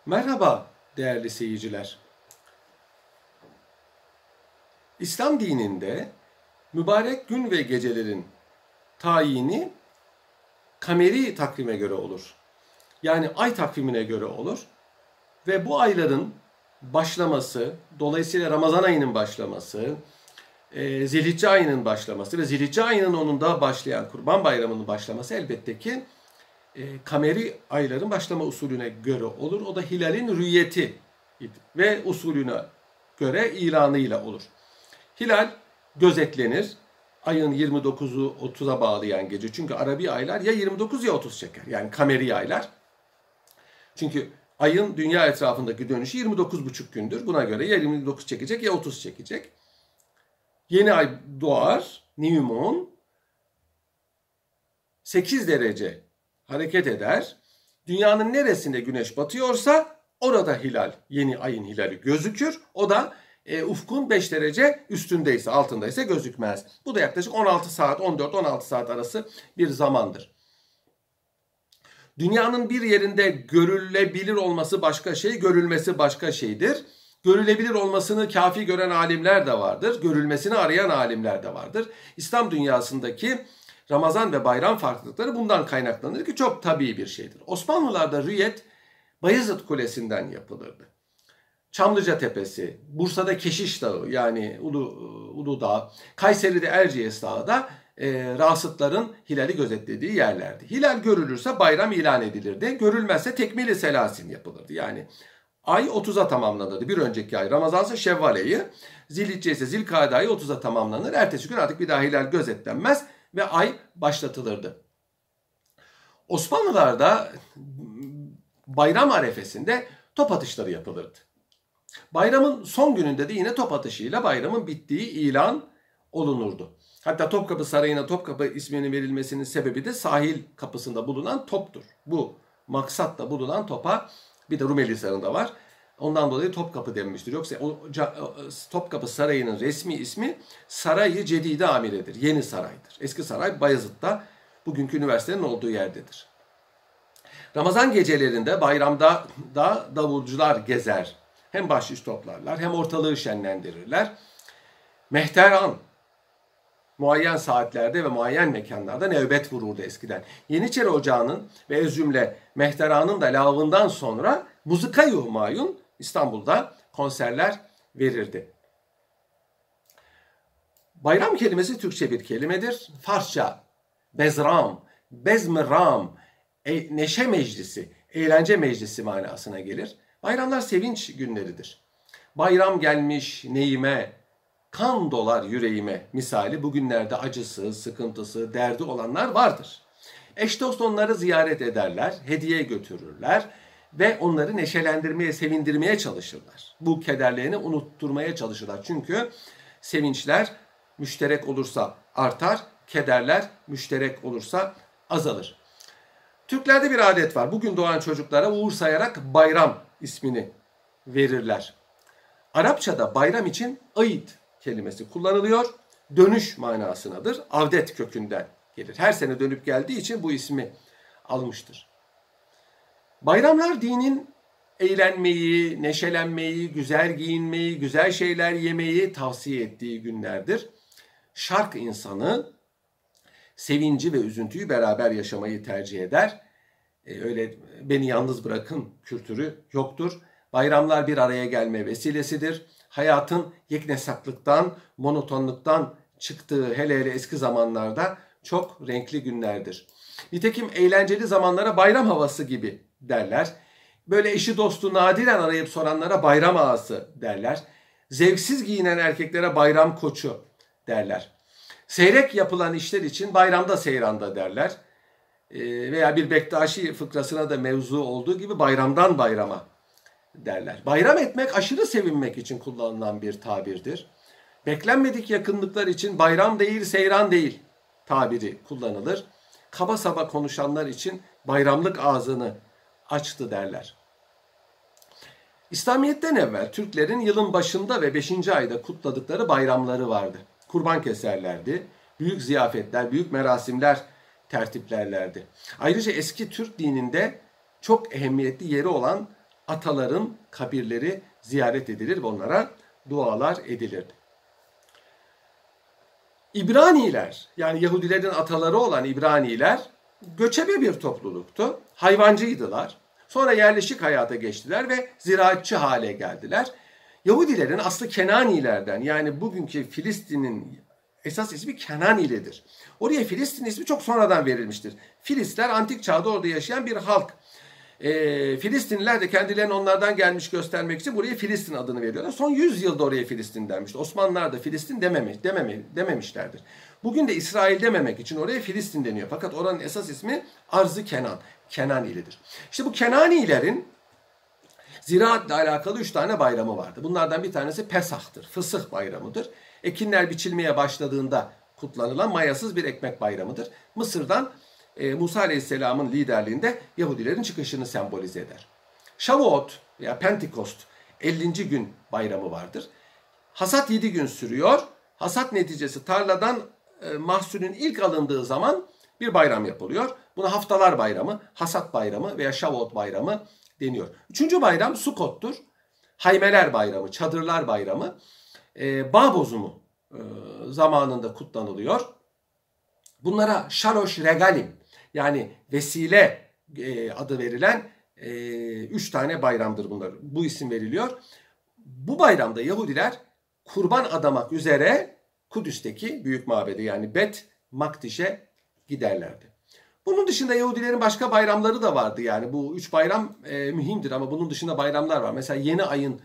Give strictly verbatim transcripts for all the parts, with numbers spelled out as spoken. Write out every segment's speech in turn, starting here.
Merhaba değerli seyirciler. İslam dininde mübarek gün ve gecelerin tayini kameri takvime göre olur. Yani ay takvimine göre olur. Ve bu ayların başlaması, dolayısıyla Ramazan ayının başlaması, e, Zilhicce ayının başlaması ve Zilhicce ayının onunda başlayan Kurban Bayramı'nın başlaması elbette ki e, kameri ayların başlama usulüne göre olur. O da hilalin rüyeti ve usulüne göre ilanıyla olur. Hilal gözetlenir. Ayın yirmi dokuzu otuza bağlayan gece. Çünkü Arabi aylar ya yirmi dokuz ya otuz çeker. Yani kameri aylar. Çünkü ayın dünya etrafındaki dönüşü yirmi dokuz buçuk gündür. Buna göre ya yirmi dokuz çekecek ya otuz çekecek. Yeni ay doğar. New Moon sekiz derece hareket eder. Dünyanın neresinde güneş batıyorsa orada hilal, yeni ayın hilali gözükür. O da e, ufkun beş derece üstündeyse, altındaysa gözükmez. Bu da yaklaşık on altı saat, on dört on altı saat arası bir zamandır. Dünyanın bir yerinde görülebilir olması başka şey, görülmesi başka şeydir. Görülebilir olmasını kafi gören alimler de vardır. Görülmesini arayan alimler de vardır. İslam dünyasındaki Ramazan ve bayram farklılıkları bundan kaynaklanır ki çok tabii bir şeydir. Osmanlılarda rüyet Bayezid Kulesi'nden yapılırdı. Çamlıca Tepesi, Bursa'da Keşiş Dağı yani Ulu, Uludağ, Kayseri'de Erciyes Dağı da e, rasıtların hilali gözetlediği yerlerdi. Hilal görülürse bayram ilan edilirdi. Görülmezse tekmili selasin yapılırdı. Yani ay otuza tamamlanırdı. Bir önceki ay Ramazan ise Şevval ayı, Zilhicce ise Zilkade ayı otuza tamamlanır. Ertesi gün artık bir daha hilal gözetlenmez ve ay başlatılırdı. Osmanlılarda bayram arefesinde top atışları yapılırdı. Bayramın son gününde de yine top atışıyla bayramın bittiği ilan olunurdu. Hatta Topkapı Sarayı'na Topkapı isminin verilmesinin sebebi de sahil kapısında bulunan toptur. Bu maksatla bulunan topa bir de Rumeli Hisarı'nda var. Ondan dolayı Topkapı denmiştir. Yoksa o, Topkapı Sarayı'nın resmi ismi Saray-ı Cedide Amire'dir. Yeni saraydır. Eski saray Bayezid'de, bugünkü üniversitenin olduğu yerdedir. Ramazan gecelerinde bayramda da davulcular gezer. Hem bahşiş toplarlar hem ortalığı şenlendirirler. Mehteran muayyen saatlerde ve muayyen mekanlarda nöbet vururdu eskiden. Yeniçeri Ocağı'nın ve özümle Mehteran'ın da lavından sonra Muzika-i Humayun İstanbul'da konserler verirdi. Bayram kelimesi Türkçe bir kelimedir. Farsça bezram, bezmiram, e, neşe meclisi, eğlence meclisi manasına gelir. Bayramlar sevinç günleridir. Bayram gelmiş neyime, kan dolar yüreğime misali bugünlerde acısı, sıkıntısı, derdi olanlar vardır. Eş dost onları ziyaret ederler, hediye götürürler ve onları neşelendirmeye, sevindirmeye çalışırlar. Bu kederlerini unutturmaya çalışırlar. Çünkü sevinçler müşterek olursa artar, kederler müşterek olursa azalır. Türklerde bir adet var. Bugün doğan çocuklara uğur sayarak bayram ismini verirler. Arapçada bayram için Eid kelimesi kullanılıyor. Dönüş manasınadır. Avdet kökünden gelir. Her sene dönüp geldiği için bu ismi almıştır. Bayramlar dinin eğlenmeyi, neşelenmeyi, güzel giyinmeyi, güzel şeyler yemeyi tavsiye ettiği günlerdir. Şark insanı sevinci ve üzüntüyü beraber yaşamayı tercih eder. Ee, öyle beni yalnız bırakın kültürü yoktur. Bayramlar bir araya gelme vesilesidir. Hayatın yeknesaklıktan, monotonluktan çıktığı hele hele eski zamanlarda çok renkli günlerdir. Nitekim eğlenceli zamanlara bayram havası gibi derler. Böyle eşi dostu nadiren arayıp soranlara bayram ağası derler. Zevksiz giyinen erkeklere bayram koçu derler. Seyrek yapılan işler için bayramda seyranda derler. Ee, veya bir Bektaşi fıkrasına da mevzu olduğu gibi bayramdan bayrama derler. Bayram etmek aşırı sevinmek için kullanılan bir tabirdir. Beklenmedik yakınlıklar için bayram değil seyran değil tabiri kullanılır. Kaba saba konuşanlar için bayramlık ağzını açtı derler. İslamiyet'ten evvel Türklerin yılın başında ve beşinci ayda kutladıkları bayramları vardı. Kurban keserlerdi, büyük ziyafetler, büyük merasimler tertiplerlerdi. Ayrıca eski Türk dininde çok ehemmiyetli yeri olan ataların kabirleri ziyaret edilir ve onlara dualar edilirdi. İbraniler, yani Yahudilerin ataları olan İbraniler göçebe bir topluluktu. Hayvancıydılar. Sonra yerleşik hayata geçtiler ve ziraatçı hale geldiler. Yahudilerin aslı Kenanilerden, yani bugünkü Filistin'in esas ismi Kenaniledir. Oraya Filistin ismi çok sonradan verilmiştir. Filistler antik çağda orada yaşayan bir halk. E, Filistinliler de kendilerini onlardan gelmiş göstermek için buraya Filistin adını veriyorlar. Son yüz yılda oraya Filistin denmiştir. Osmanlılar da Filistin dememiş, dememe, dememişlerdir. Bugün de İsrail dememek için oraya Filistin deniyor. Fakat oranın esas ismi Arz-ı Kenan, Kenani'lidir. İşte bu Kenanilerin ziraatle alakalı üç tane bayramı vardı. Bunlardan bir tanesi Pesah'tır, Fısıh bayramıdır. Ekinler biçilmeye başladığında kutlanılan mayasız bir ekmek bayramıdır. Mısır'dan e, Musa Aleyhisselam'ın liderliğinde Yahudilerin çıkışını sembolize eder. Şavuot veya Pentekost ellinci gün bayramı vardır. Hasat yedi gün sürüyor. Hasat neticesi tarladan e, mahsulün ilk alındığı zaman bir bayram yapılıyor. Buna haftalar bayramı, hasat bayramı veya Şavuot bayramı deniyor. Üçüncü bayram Sukot'tur. Haymeler bayramı, çadırlar bayramı. E, bağ bozumu e, zamanında kutlanılıyor. Bunlara Şaloş Regalim, yani vesile e, adı verilen e, üç tane bayramdır bunlar. Bu isim veriliyor. Bu bayramda Yahudiler kurban adamak üzere Kudüs'teki büyük mabede, yani Bet Makdiş'e giderlerdi. Bunun dışında Yahudilerin başka bayramları da vardı. Yani bu üç bayram e, mühimdir ama bunun dışında bayramlar var. Mesela yeni ayın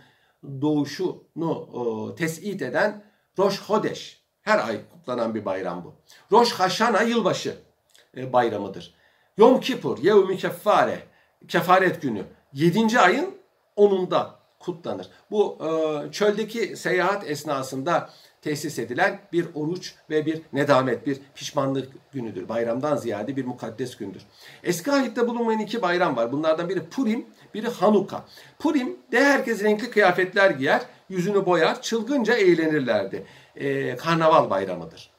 doğuşunu e, tespit eden Rosh Hodesh. Her ay kutlanan bir bayram bu. Rosh Haşana yılbaşı e, bayramıdır. Yom Kippur, Yevmi Keffare, kefaret günü. yedinci ayın onunda kutlanır. Bu e, çöldeki seyahat esnasında tesis edilen bir oruç ve bir nedamet, bir pişmanlık günüdür. Bayramdan ziyade bir mukaddes gündür. Eski ahitte bulunmayan iki bayram var. Bunlardan biri Purim, biri Hanuka. Purim'de herkes renkli kıyafetler giyer, yüzünü boyar, çılgınca eğlenirlerdi. Ee, karnaval bayramıdır.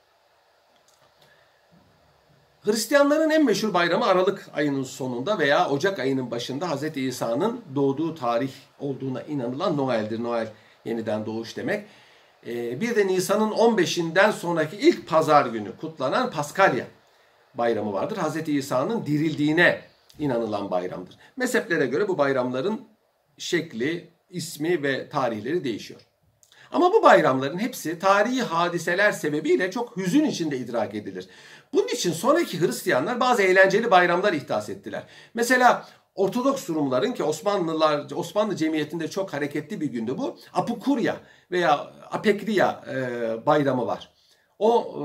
Hristiyanların en meşhur bayramı Aralık ayının sonunda veya Ocak ayının başında Hz. İsa'nın doğduğu tarih olduğuna inanılan Noel'dir. Noel yeniden doğuş demek. Bir de Nisan'ın on beşinden sonraki ilk pazar günü kutlanan Paskalya bayramı vardır. Hz. İsa'nın dirildiğine inanılan bayramdır. Mezheplere göre bu bayramların şekli, ismi ve tarihleri değişiyor. Ama bu bayramların hepsi tarihi hadiseler sebebiyle çok hüzün içinde idrak edilir. Bunun için sonraki Hristiyanlar bazı eğlenceli bayramlar ihdas ettiler. Mesela Ortodoks Rumların, ki Osmanlılar, Osmanlı cemiyetinde çok hareketli bir gündü bu, Apukurya veya Apekriya e, bayramı var. O e,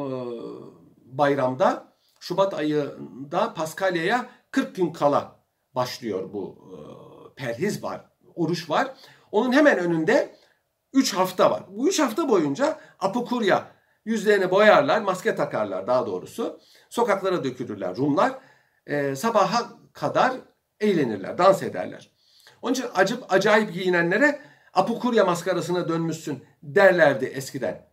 bayramda Şubat ayında Paskalya'ya kırk gün kala başlıyor bu e, perhiz var, oruç var. Onun hemen önünde üç hafta var. Bu üç hafta boyunca Apukurya yüzlerini boyarlar, maske takarlar daha doğrusu. Sokaklara dökülürler Rumlar. E, sabaha kadar eğlenirler, dans ederler. Onun için acip, acayip giyinenlere Apukurya maskarasına dönmüşsün derlerdi eskiden.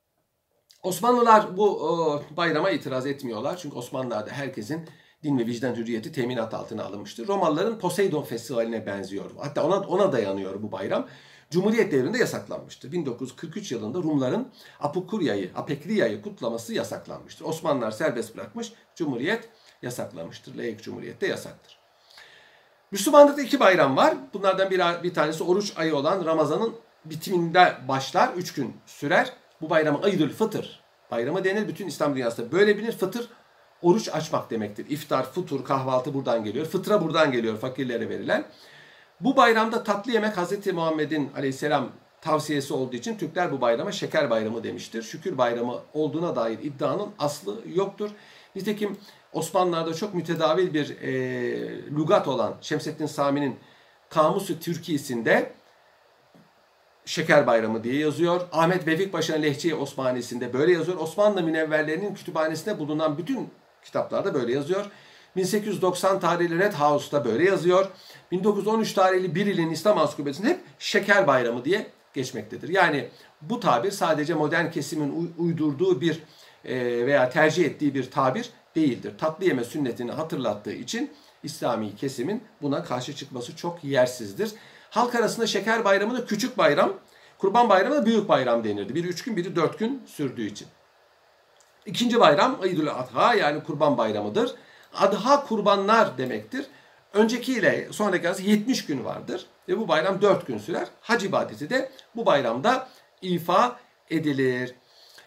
Osmanlılar bu o, bayrama itiraz etmiyorlar. Çünkü Osmanlılar'da herkesin din ve vicdan hürriyeti teminat altına alınmıştır. Romalıların Poseidon Festivali'ne benziyor. Hatta ona, ona dayanıyor bu bayram. Cumhuriyet devrinde yasaklanmıştır. bin dokuz yüz kırk üç yılında Rumların Apukurya'yı, Apekriya'yı kutlaması yasaklanmıştır. Osmanlılar serbest bırakmış, Cumhuriyet yasaklamıştır. Laik Cumhuriyet'te yasaktır. Müslümanlıkta iki bayram var. Bunlardan bir, bir tanesi oruç ayı olan Ramazan'ın bitiminde başlar. Üç gün sürer. Bu bayrama Eidül Fıtır bayramı denir. Bütün İslam dünyasında böyle bilinir. Fıtır, oruç açmak demektir. İftar, futur, kahvaltı buradan geliyor. Fıtra buradan geliyor, fakirlere verilen. Bu bayramda tatlı yemek Hz. Muhammed'in aleyhisselam tavsiyesi olduğu için Türkler bu bayrama şeker bayramı demiştir. Şükür bayramı olduğuna dair iddianın aslı yoktur. Nitekim Osmanlılar'da çok mütedavil bir e, lügat olan Şemseddin Sami'nin Kamus-u Türkisi'nde şeker bayramı diye yazıyor. Ahmet Vefik Paşa'nın Lehçe-i Osmanisi'nde böyle yazıyor. Osmanlı münevverlerinin kütüphanesinde bulunan bütün kitaplarda böyle yazıyor. bin sekiz yüz doksan tarihli Red House'da böyle yazıyor. bin dokuz yüz on üç tarihli Biril'in İslam Ansiklopedisi'nde hep şeker bayramı diye geçmektedir. Yani bu tabir sadece modern kesimin uydurduğu bir veya tercih ettiği bir tabir değildir. Tatlı yeme sünnetini hatırlattığı için İslami kesimin buna karşı çıkması çok yersizdir. Halk arasında şeker bayramına küçük bayram, kurban bayramına büyük bayram denirdi. Biri üç gün, biri dört gün sürdüğü için. İkinci bayram İdül Adha yani kurban bayramıdır. Adha kurbanlar demektir. Öncekiyle sonraki arası yetmiş gün vardır. Ve bu bayram dört gün sürer. Hac ibadeti de bu bayramda ifa edilir.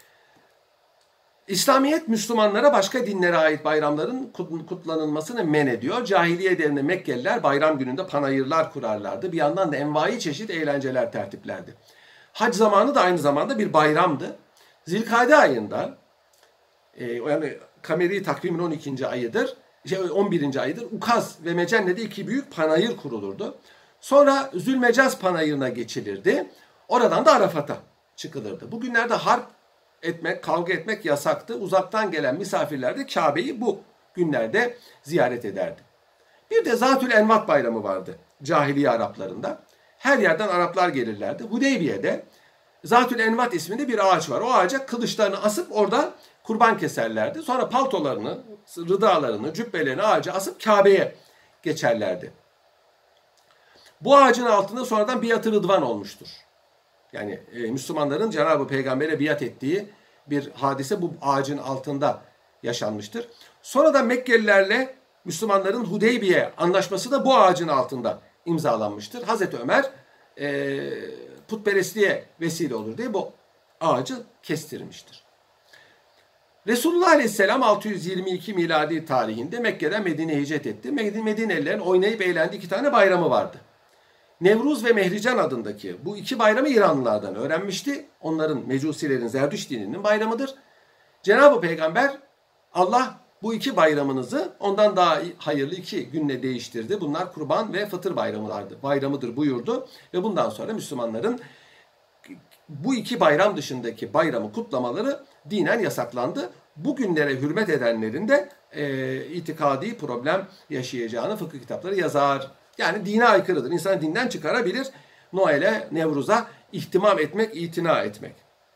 İslamiyet Müslümanlara başka dinlere ait bayramların kutlanılmasını men ediyor. Cahiliye devrinde Mekkeliler bayram gününde panayırlar kurarlardı. Bir yandan da envai çeşit eğlenceler tertiplerdi. Hac zamanı da aynı zamanda bir bayramdı. Zilkade ayında, yani kameri takvimin on ikinci ayıdır, on birinci ayıdır. Ukaz ve Mecenne'de iki büyük panayır kurulurdu. Sonra Zülmecaz panayırına geçilirdi. Oradan da Arafat'a çıkılırdı. Bugünlerde harp etmek, kavga etmek yasaktı. Uzaktan gelen misafirler de Kabe'yi bu günlerde ziyaret ederdi. Bir de Zatül Envat bayramı vardı cahiliye Araplarında. Her yerden Araplar gelirlerdi. Hudeybiye'de Zatül Envat isminde bir ağaç var. O ağaca kılıçlarını asıp orada kurban keserlerdi. Sonra paltolarını, rıdalarını, cübbelerini ağaca asıp Kabe'ye geçerlerdi. Bu ağacın altında sonradan biat-ı rıdvan olmuştur. Yani e, Müslümanların Cenab-ı Peygamber'e biat ettiği bir hadise bu ağacın altında yaşanmıştır. Sonra da Mekkelilerle Müslümanların Hudeybiye anlaşması da bu ağacın altında imzalanmıştır. Hazreti Ömer e, putperestliğe vesile olur diye bu ağacı kestirmiştir. Resulullah Aleyhisselam altı yüz yirmi iki miladi tarihinde Mekke'den Medine'ye hicret etti. Medinelilerin oynayıp eğlendiği iki tane bayramı vardı. Nevruz ve Mehrican adındaki bu iki bayramı İranlılardan öğrenmişti. Onların Mecusilerin Zerdüşt dininin bayramıdır. Cenab-ı Peygamber Allah bu iki bayramınızı ondan daha hayırlı iki günle değiştirdi. Bunlar kurban ve fıtır bayramılardı. Bayramıdır buyurdu ve bundan sonra Müslümanların bu iki bayram dışındaki bayramı kutlamaları dinen yasaklandı. Bu günlere hürmet edenlerin de e, itikadi problem yaşayacağını fıkıh kitapları yazar. Yani dine aykırıdır. İnsanı dinden çıkarabilir. Noel'e, Nevruz'a ihtimam etmek, itina etmek.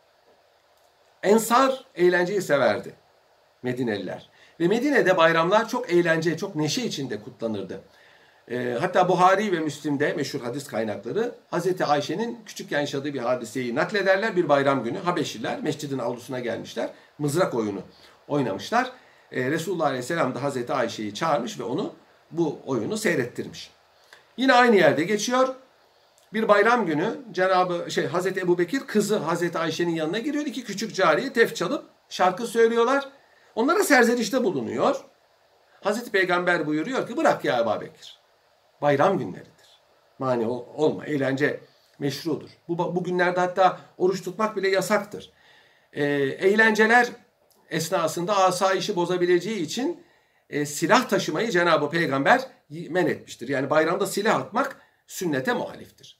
Ensar eğlenceyi severdi. Medineliler. Ve Medine'de bayramlar çok eğlence, çok neşe içinde kutlanırdı. E, hatta Buhari ve Müslim'de meşhur hadis kaynakları Hazreti Ayşe'nin küçükken yaşadığı bir hadiseyi naklederler. Bir bayram günü Habeşliler mescidin avlusuna gelmişler. Mızrak oyunu oynamışlar. E, Resulullah Aleyhisselam da Hazreti Ayşe'yi çağırmış ve onu bu oyunu seyrettirmiş. Yine aynı yerde geçiyor. Bir bayram günü Cenab-ı şey Hazreti Ebubekir kızı Hazreti Ayşe'nin yanına giriyor. İki küçük cariye tef çalıp şarkı söylüyorlar. Onlara serzenişte bulunuyor. Hazreti Peygamber buyuruyor ki bırak ya Ebubekir. Bayram günleridir. Mani olma. Eğlence meşrudur. Bu, bu günlerde hatta oruç tutmak bile yasaktır. Ee, eğlenceler esnasında asayişi bozabileceği için e, silah taşımayı Cenab-ı Peygamber men etmiştir. Yani bayramda silah atmak sünnete muhaliftir.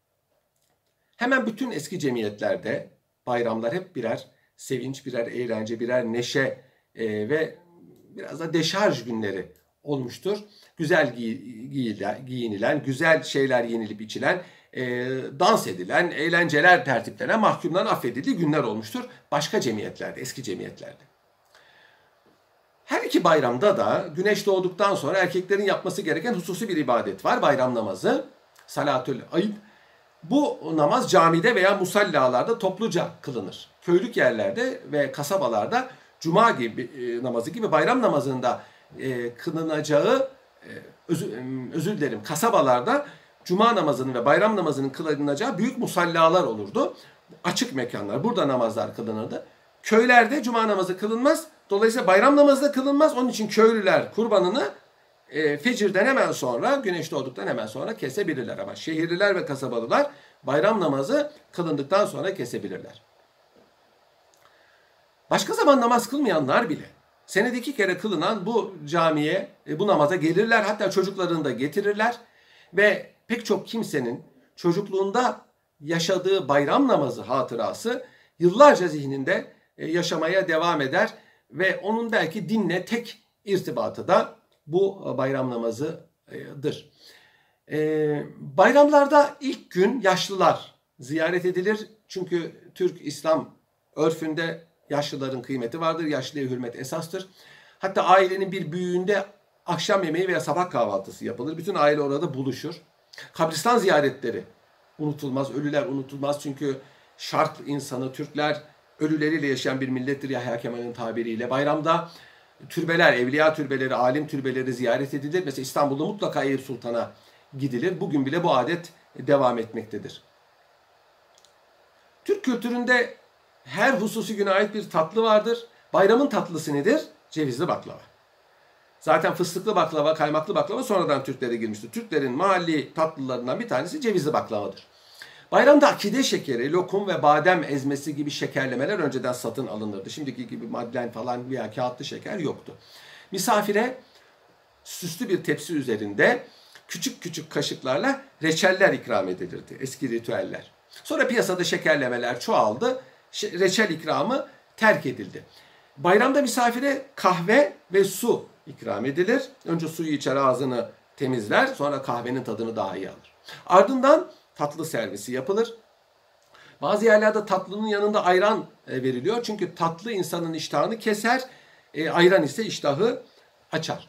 Hemen bütün eski cemiyetlerde bayramlar hep birer sevinç, birer eğlence, birer neşe e, ve biraz da deşarj günleri olmuştur. Güzel giy- giyinilen, güzel şeyler yenilip içilen, e, dans edilen, eğlenceler tertiplenen, mahkumların affedildiği günler olmuştur. Başka cemiyetlerde, eski cemiyetlerde. Her iki bayramda da güneş doğduktan sonra erkeklerin yapması gereken hususi bir ibadet var. Bayram namazı, salatül ayb. Bu namaz camide veya musallalarda topluca kılınır. Köylük yerlerde ve kasabalarda cuma gibi e, namazı gibi bayram namazında e, kılınacağı, e, özür, özür dilerim, kasabalarda cuma namazının ve bayram namazının kılınacağı büyük musallalar olurdu. Açık mekanlar, burada namazlar kılınırdı. Köylerde cuma namazı kılınmaz. Dolayısıyla bayram namazı da kılınmaz. Onun için köylüler kurbanını e, fecirden hemen sonra, güneş doğduktan hemen sonra kesebilirler. Ama şehirliler ve kasabalılar bayram namazı kılındıktan sonra kesebilirler. Başka zaman namaz kılmayanlar bile senede iki kere kılınan bu camiye, e, bu namaza gelirler. Hatta çocuklarını da getirirler. Ve pek çok kimsenin çocukluğunda yaşadığı bayram namazı hatırası yıllarca zihninde e, yaşamaya devam eder. Ve onun belki dinle tek irtibatı da bu bayram namazıdır. Ee, bayramlarda ilk gün yaşlılar ziyaret edilir. Çünkü Türk İslam örfünde yaşlıların kıymeti vardır. Yaşlıya hürmet esastır. Hatta ailenin bir büyüğünde akşam yemeği veya sabah kahvaltısı yapılır. Bütün aile orada buluşur. Kabristan ziyaretleri unutulmaz, ölüler unutulmaz çünkü Şark insanı, Türkler ölüleriyle yaşayan bir millettir Yahya Kemal'in tabiriyle. Bayramda türbeler, evliya türbeleri, alim türbeleri ziyaret edilir. Mesela İstanbul'da mutlaka Eyüp Sultan'a gidilir. Bugün bile bu adet devam etmektedir. Türk kültüründe her hususi güne ait bir tatlı vardır. Bayramın tatlısı nedir? Cevizli baklava. Zaten fıstıklı baklava, kaymaklı baklava sonradan Türklere girmiştir. Türklerin mahalli tatlılarından bir tanesi cevizli baklavadır. Bayramda akide şekeri, lokum ve badem ezmesi gibi şekerlemeler önceden satın alınırdı. Şimdiki gibi madlen falan veya kağıtlı şeker yoktu. Misafire süslü bir tepsi üzerinde küçük küçük kaşıklarla reçeller ikram edilirdi. Eski ritüeller. Sonra piyasada şekerlemeler çoğaldı. Reçel ikramı terk edildi. Bayramda misafire kahve ve su ikram edilir. Önce suyu içer, ağzını temizler. Sonra kahvenin tadını daha iyi alır. Ardından tatlı servisi yapılır. Bazı yerlerde tatlının yanında ayran veriliyor. Çünkü tatlı insanın iştahını keser. E, ayran ise iştahı açar.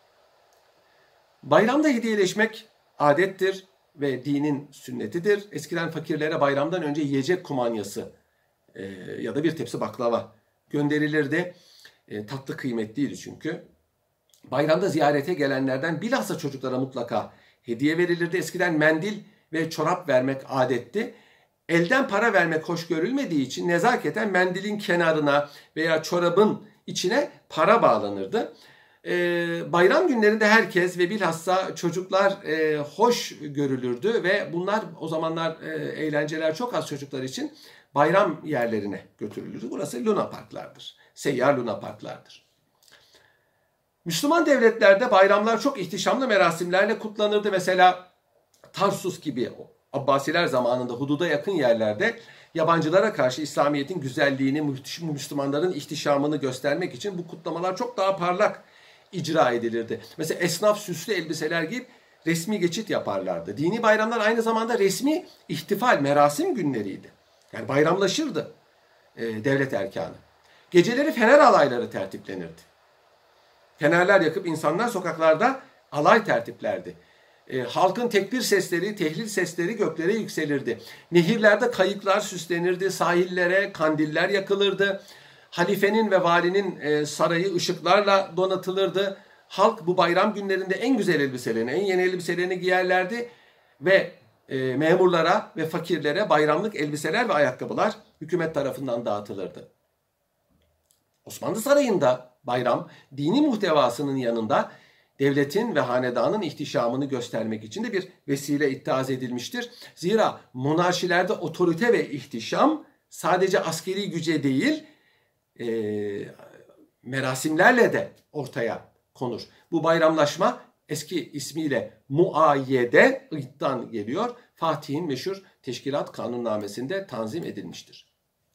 Bayramda hediyeleşmek adettir ve dinin sünnetidir. Eskiden fakirlere bayramdan önce yiyecek kumanyası e, ya da bir tepsi baklava gönderilirdi. E, tatlı kıymetliydi çünkü. Bayramda ziyarete gelenlerden bilhassa çocuklara mutlaka hediye verilirdi. Eskiden mendil ve çorap vermek adetti. Elden para vermek hoş görülmediği için nezaketen mendilin kenarına veya çorabın içine para bağlanırdı. Ee, bayram günlerinde herkes ve bilhassa çocuklar e, hoş görülürdü ve bunlar o zamanlar e, eğlenceler çok az çocuklar için bayram yerlerine götürülürdü. Burası Luna Parklardır. Seyyar Luna Parklardır. Müslüman devletlerde bayramlar çok ihtişamlı merasimlerle kutlanırdı. Mesela Tarsus gibi Abbasiler zamanında hududa yakın yerlerde yabancılara karşı İslamiyet'in güzelliğini, Müslümanların ihtişamını göstermek için bu kutlamalar çok daha parlak icra edilirdi. Mesela esnaf süslü elbiseler giyip resmi geçit yaparlardı. Dini bayramlar aynı zamanda resmi ihtifal, merasim günleriydi. Yani bayramlaşırdı e, devlet erkanı. Geceleri fener alayları tertiplenirdi. Fenerler yakıp insanlar sokaklarda alay tertiplerdi. E, halkın tekbir sesleri, tehlil sesleri göklere yükselirdi. Nehirlerde kayıklar süslenirdi, sahillere kandiller yakılırdı. Halifenin ve valinin e, sarayı ışıklarla donatılırdı. Halk bu bayram günlerinde en güzel elbiselerini, en yeni elbiselerini giyerlerdi ve e, memurlara ve fakirlere bayramlık elbiseler ve ayakkabılar hükümet tarafından dağıtılırdı. Osmanlı Sarayı'nda bayram dini muhtevasının yanında devletin ve hanedanın ihtişamını göstermek için de bir vesile ittihaz edilmiştir. Zira monarşilerde otorite ve ihtişam sadece askeri güce değil, e, merasimlerle de ortaya konur. Bu bayramlaşma eski ismiyle muayyede, ı'dan geliyor. Fatih'in meşhur Teşkilat Kanunnamesi'nde tanzim edilmiştir.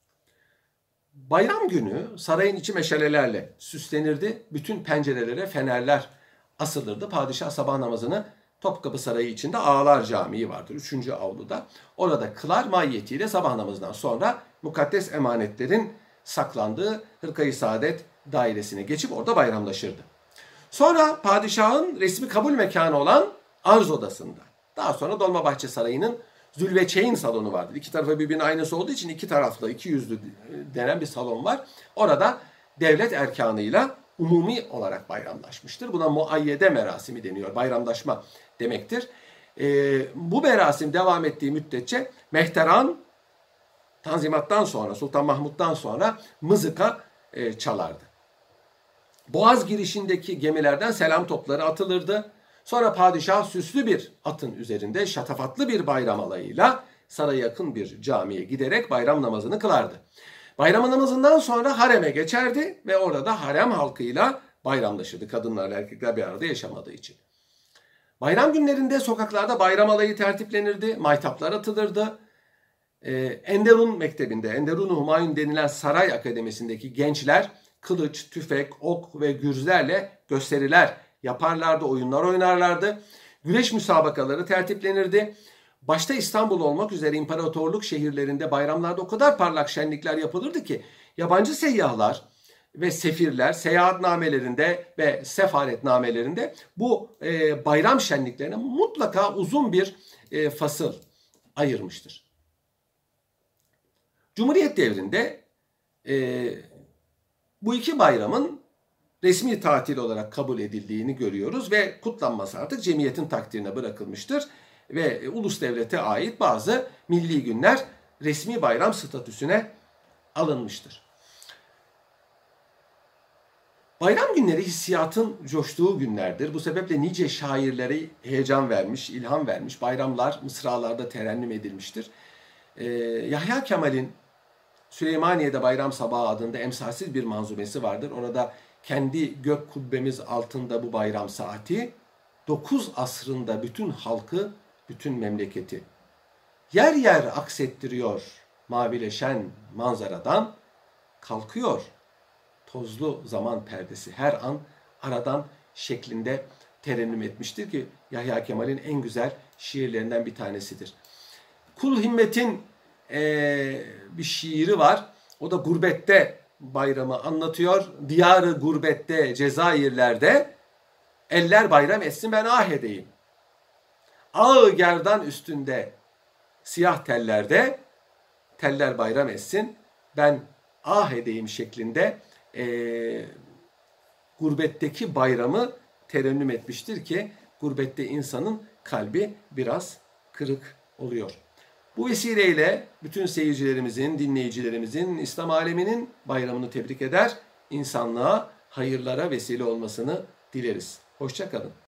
Bayram günü sarayın içi meşalelerle süslenirdi. Bütün pencerelere fenerler asılırdı. Padişah sabah namazını Topkapı Sarayı içinde Ağlar Camii vardır. Üçüncü avluda. Orada kılar, mahiyetiyle sabah namazından sonra mukaddes emanetlerin saklandığı Hırka-i Saadet dairesine geçip orada bayramlaşırdı. Sonra padişahın resmi kabul mekanı olan arz odasında. Daha sonra Dolmabahçe Sarayı'nın Zülveçeyn salonu vardır. İki tarafı birbirinin aynısı olduğu için iki taraflı, iki yüzlü denen bir salon var. Orada devlet erkanıyla umumi olarak bayramlaşmıştır. Buna muayyede merasimi deniyor. Bayramlaşma demektir. Ee, bu merasim devam ettiği müddetçe Mehteran Tanzimat'tan sonra, Sultan Mahmut'tan sonra mızıka e, çalardı. Boğaz girişindeki gemilerden selam topları atılırdı. Sonra padişah süslü bir atın üzerinde şatafatlı bir bayram alayıyla saraya yakın bir camiye giderek bayram namazını kılardı. Bayram namazından sonra hareme geçerdi ve orada harem halkıyla bayramlaşırdı. Kadınlarla erkekler bir arada yaşamadığı için. Bayram günlerinde sokaklarda bayram alayı tertiplenirdi, maytaplar atılırdı. Ee, Enderun Mektebi'nde, Enderun-u Humayun denilen saray akademisindeki gençler kılıç, tüfek, ok ve gürzlerle gösteriler yaparlardı, oyunlar oynarlardı. Güreş müsabakaları tertiplenirdi. Başta İstanbul olmak üzere imparatorluk şehirlerinde bayramlarda o kadar parlak şenlikler yapılırdı ki yabancı seyyahlar ve sefirler seyahatnamelerinde ve sefaretnamelerinde bu e, bayram şenliklerine mutlaka uzun bir e, fasıl ayırmıştır. Cumhuriyet devrinde e, bu iki bayramın resmi tatil olarak kabul edildiğini görüyoruz ve kutlanması artık cemiyetin takdirine bırakılmıştır ve ulus devlete ait bazı milli günler resmi bayram statüsüne alınmıştır. Bayram günleri hissiyatın coştuğu günlerdir. Bu sebeple nice şairlere heyecan vermiş, ilham vermiş. Bayramlar mısralarda terennüm edilmiştir. Ee, Yahya Kemal'in Süleymaniye'de Bayram Sabahı adında emsalsiz bir manzumesi vardır. Orada kendi gök kubbemiz altında bu bayram saati, dokuz asrında bütün halkı, bütün memleketi yer yer aksettiriyor mavileşen manzaradan, kalkıyor tozlu zaman perdesi her an aradan şeklinde terennüm etmiştir ki Yahya Kemal'in en güzel şiirlerinden bir tanesidir. Kul Himmet'in ee, bir şiiri var. O da gurbette bayramı anlatıyor. Diyarı gurbette, Cezayirler'de eller bayram etsin ben ah edeyim. Ağı gerdan üstünde siyah tellerde teller bayram etsin ben ah edeyim şeklinde e, gurbetteki bayramı terennüm etmiştir ki gurbette insanın kalbi biraz kırık oluyor. Bu vesileyle bütün seyircilerimizin, dinleyicilerimizin, İslam aleminin bayramını tebrik eder, insanlığa hayırlara vesile olmasını dileriz. Hoşça kalın.